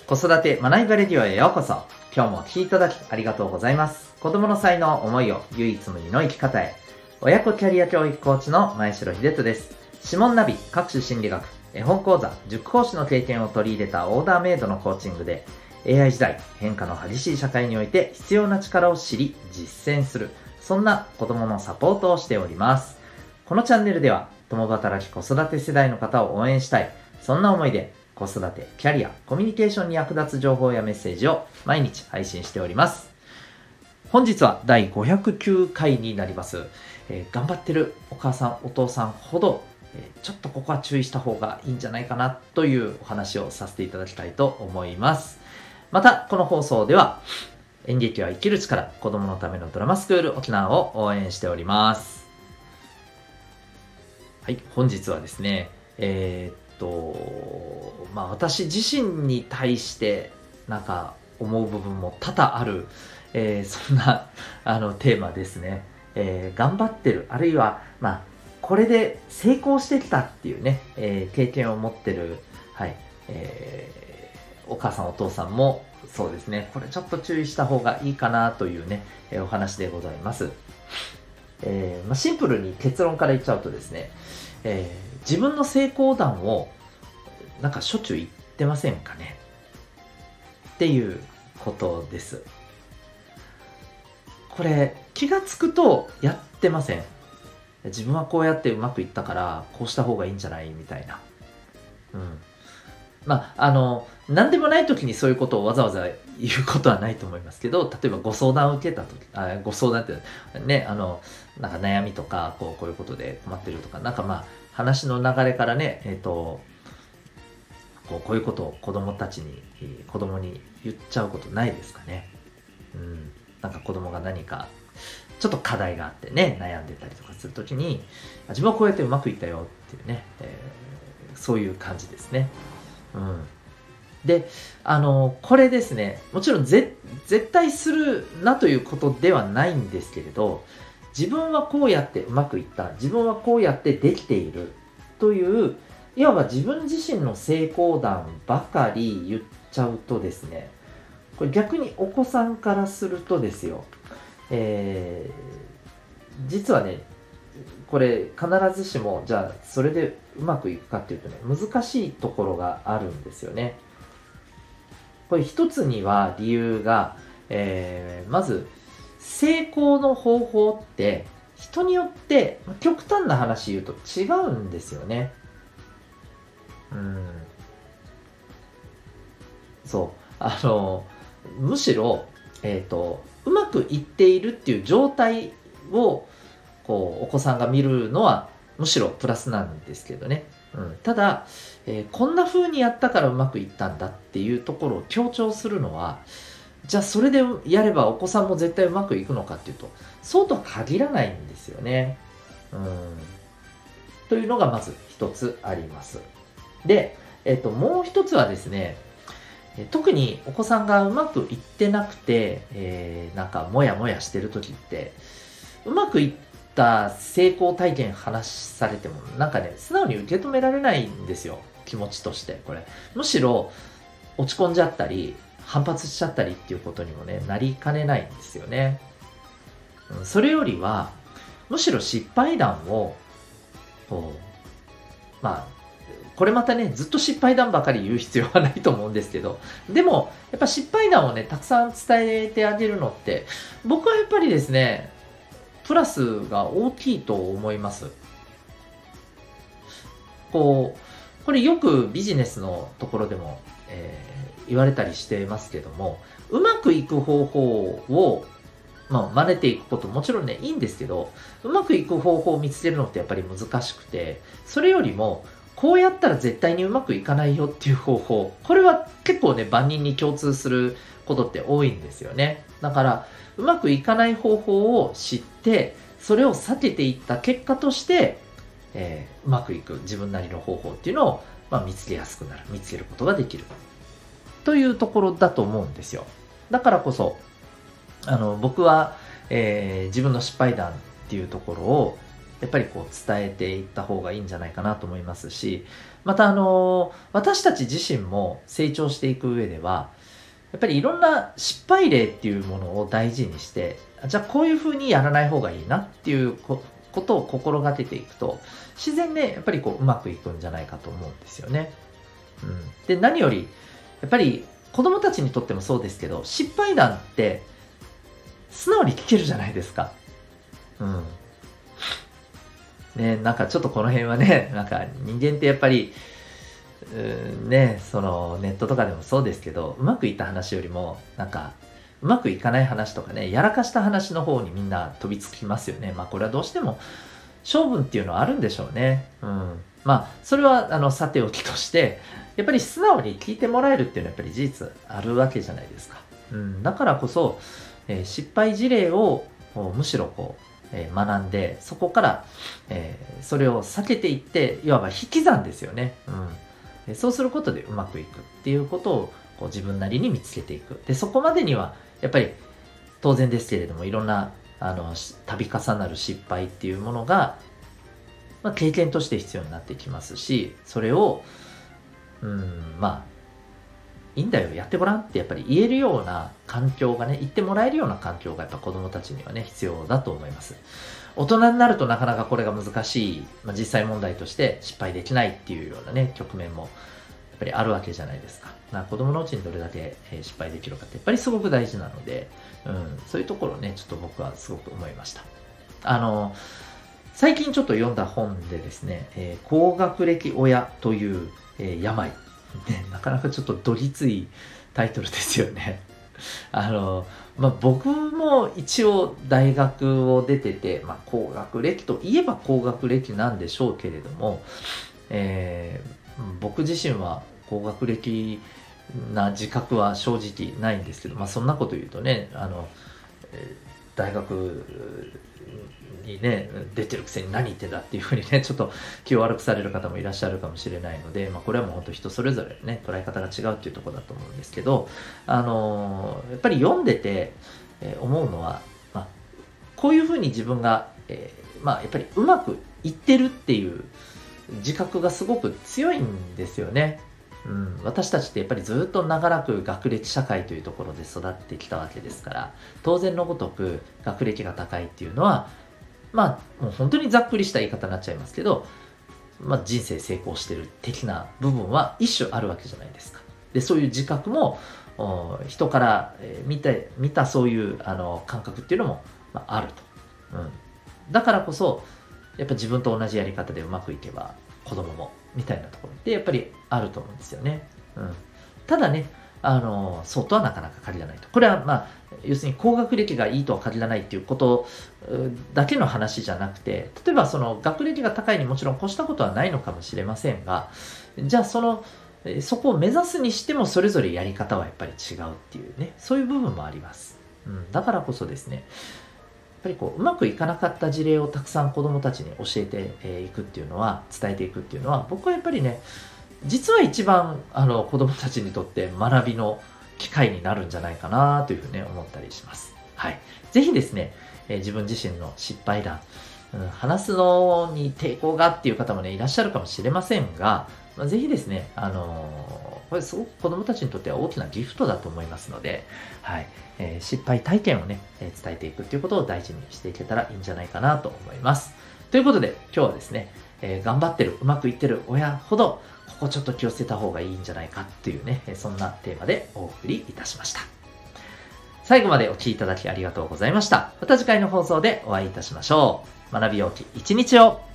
子育て学びバレディオへようこそ。今日もお聞きいただきありがとうございます。子供の才能、思いを唯一無二の生き方へ。親子キャリア教育コーチの前城秀人です。指紋ナビ、各種心理学、絵本講座、塾講師の経験を取り入れたオーダーメイドのコーチングで AI 時代、変化の激しい社会において必要な力を知り、実践する、そんな子供のサポートをしております。このチャンネルでは共働き子育て世代の方を応援したい、そんな思いで子育て、キャリア、コミュニケーションに役立つ情報やメッセージを毎日配信しております。本日は第509回になります。頑張ってるお母さん、お父さんほど、ちょっとここは注意した方がいいんじゃないかなというお話をさせていただきたいと思います。また、この放送では演劇は生きる力、子供のためのドラマスクール沖縄を応援しております。はい、本日はですね、私自身に対してなんか思う部分も多々ある、そんなテーマですね。頑張ってる、あるいはこれで成功してきたっていうね、経験を持ってる、お母さんお父さんもそうですね、これちょっと注意した方がいいかなというね、お話でございます。シンプルに結論から言っちゃうとですね、自分の成功談をなんかしょっちゅう言ってませんかねっていうことです。これ気がつくとやってません。自分はこうやってうまくいったからこうした方がいいんじゃないみたいな。何でもない時にそういうことをわざわざ言うことはないと思いますけど、例えばご相談を受けた時、ご相談ってね、なんか悩みとかこういうことで困ってるとか、話の流れからね、こういうことを子供に言っちゃうことないですかね。なんか子供が何かちょっと課題があってね、悩んでたりとかするときに、自分はこうやってうまくいったよっていうね、そういう感じですね。で、これですね、もちろん絶対するなということではないんですけれど、自分はこうやってうまくいった、自分はこうやってできているという、いわば自分自身の成功談ばかり言っちゃうとですね、これ逆にお子さんからするとですよ、実はね、これ必ずしもじゃあそれでうまくいくかっていうとね、難しいところがあるんですよね。これ一つには理由が、まず成功の方法って人によって極端な話言うと違うんですよね。むしろ、うまくいっているっていう状態をお子さんが見るのはむしろプラスなんですけどね。ただ、こんな風にやったからうまくいったんだっていうところを強調するのは、じゃあそれでやればお子さんも絶対うまくいくのかっていうと、そうとは限らないんですよね。というのがまず一つあります。で、もう一つはですね、特にお子さんがうまくいってなくて、なんかモヤモヤしてる時って、うまくいった成功体験話されてもなんかね、素直に受け止められないんですよ、気持ちとして。これむしろ落ち込んじゃったり反発しちゃったりっていうことにもね、なりかねないんですよね。それよりはむしろ失敗談をこれまたね、ずっと失敗談ばかり言う必要はないと思うんですけど、でもやっぱ失敗談をね、たくさん伝えてあげるのって僕はやっぱりですね、プラスが大きいと思います。これよくビジネスのところでも、言われたりしてますけども、うまくいく方法を真似ていくこともちろんね、いいんですけど、うまくいく方法を見つけるのってやっぱり難しくて、それよりもこうやったら絶対にうまくいかないよっていう方法、これは結構ね、万人に共通することって多いんですよね。だからうまくいかない方法を知って、それを避けていった結果として、うまくいく自分なりの方法っていうのを、見つけやすくなる、見つけることができるというところだと思うんですよ。だからこそ僕は、自分の失敗談っていうところをやっぱりこう伝えていった方がいいんじゃないかなと思いますし、また私たち自身も成長していく上では、やっぱりいろんな失敗例っていうものを大事にして、じゃあこういうふうにやらない方がいいなっていうことを心がけていくと、自然ね、やっぱりこううまくいくんじゃないかと思うんですよね。で、何より、やっぱり子供たちにとってもそうですけど、失敗談って素直に聞けるじゃないですか。ね、なんかちょっとこの辺はね、なんか人間ってやっぱり、ね、そのネットとかでもそうですけど、うまくいった話よりも、なんか、うまくいかない話とかね、やらかした話の方にみんな飛びつきますよね。まあこれはどうしても性分っていうのはあるんでしょうね。まあそれはさておきとして、やっぱり素直に聞いてもらえるっていうのはやっぱり事実あるわけじゃないですか。だからこそ、失敗事例をむしろこう、学んで、そこから、それを避けていって、いわば引き算ですよね。そうすることでうまくいくっていうことをこう自分なりに見つけていく。で、そこまでにはやっぱり当然ですけれども、いろんな度重なる失敗っていうものが、まあ、経験として必要になってきますし、それをまあいいんだよ、やってごらんってやっぱり言えるような環境がね、言ってもらえるような環境がやっぱ子供たちにはね、必要だと思います。大人になるとなかなかこれが難しい、実際問題として失敗できないっていうようなね、局面もやっぱりあるわけじゃないですか。子供のうちにどれだけ失敗できるかってやっぱりすごく大事なので、そういうところね、ちょっと僕はすごく思いました。最近ちょっと読んだ本でですね、高学歴親という、病、なかなかちょっとどぎついタイトルですよね。僕も一応大学を出てて、高学歴といえば高学歴なんでしょうけれども、僕自身は高学歴な自覚は正直ないんですけど、そんなこと言うとね、大学にね、出てるくせに何言ってんだっていうふうにね、ちょっと気を悪くされる方もいらっしゃるかもしれないので、これはもう本当人それぞれね、捉え方が違うっていうところだと思うんですけど、やっぱり読んでて、思うのは、こういうふうに自分が、やっぱりうまくいってるっていう自覚がすごく強いんですよね。私たちってやっぱりずっと長らく学歴社会というところで育ってきたわけですから、当然のごとく学歴が高いっていうのは、もう本当にざっくりした言い方になっちゃいますけど、人生成功してる的な部分は一種あるわけじゃないですか。で、そういう自覚も人から、見たそういう感覚っていうのも、あると。だからこそ、やっぱ自分と同じやり方でうまくいけば子供もみたいなところってやっぱりあると思うんですよね。ただね、そうとはなかなか限らないと。これは要するに高学歴がいいとは限らないっていうことだけの話じゃなくて、例えばその学歴が高いにもちろん越したことはないのかもしれませんが、じゃあそこを目指すにしてもそれぞれやり方はやっぱり違うっていうね、そういう部分もあります。だからこそですね、やっぱりこううまくいかなかった事例をたくさん子どもたちに教えていくっていうのは、伝えていくっていうのは、僕はやっぱりね、実は一番子どもたちにとって学びの機会になるんじゃないかなというふうに思ったりします。はい。ぜひですね、自分自身の失敗談、話すのに抵抗がっていう方もね、いらっしゃるかもしれませんが、ぜひですね、これすごく子供たちにとっては大きなギフトだと思いますので、はい。失敗体験をね、伝えていくっていうことを大事にしていけたらいいんじゃないかなと思います。ということで、今日はですね、頑張ってる、うまくいってる親ほど、ここちょっと気をつけた方がいいんじゃないかっていうね、そんなテーマでお送りいたしました。最後までお聞きいただきありがとうございました。また次回の放送でお会いいたしましょう。学びようき一日を。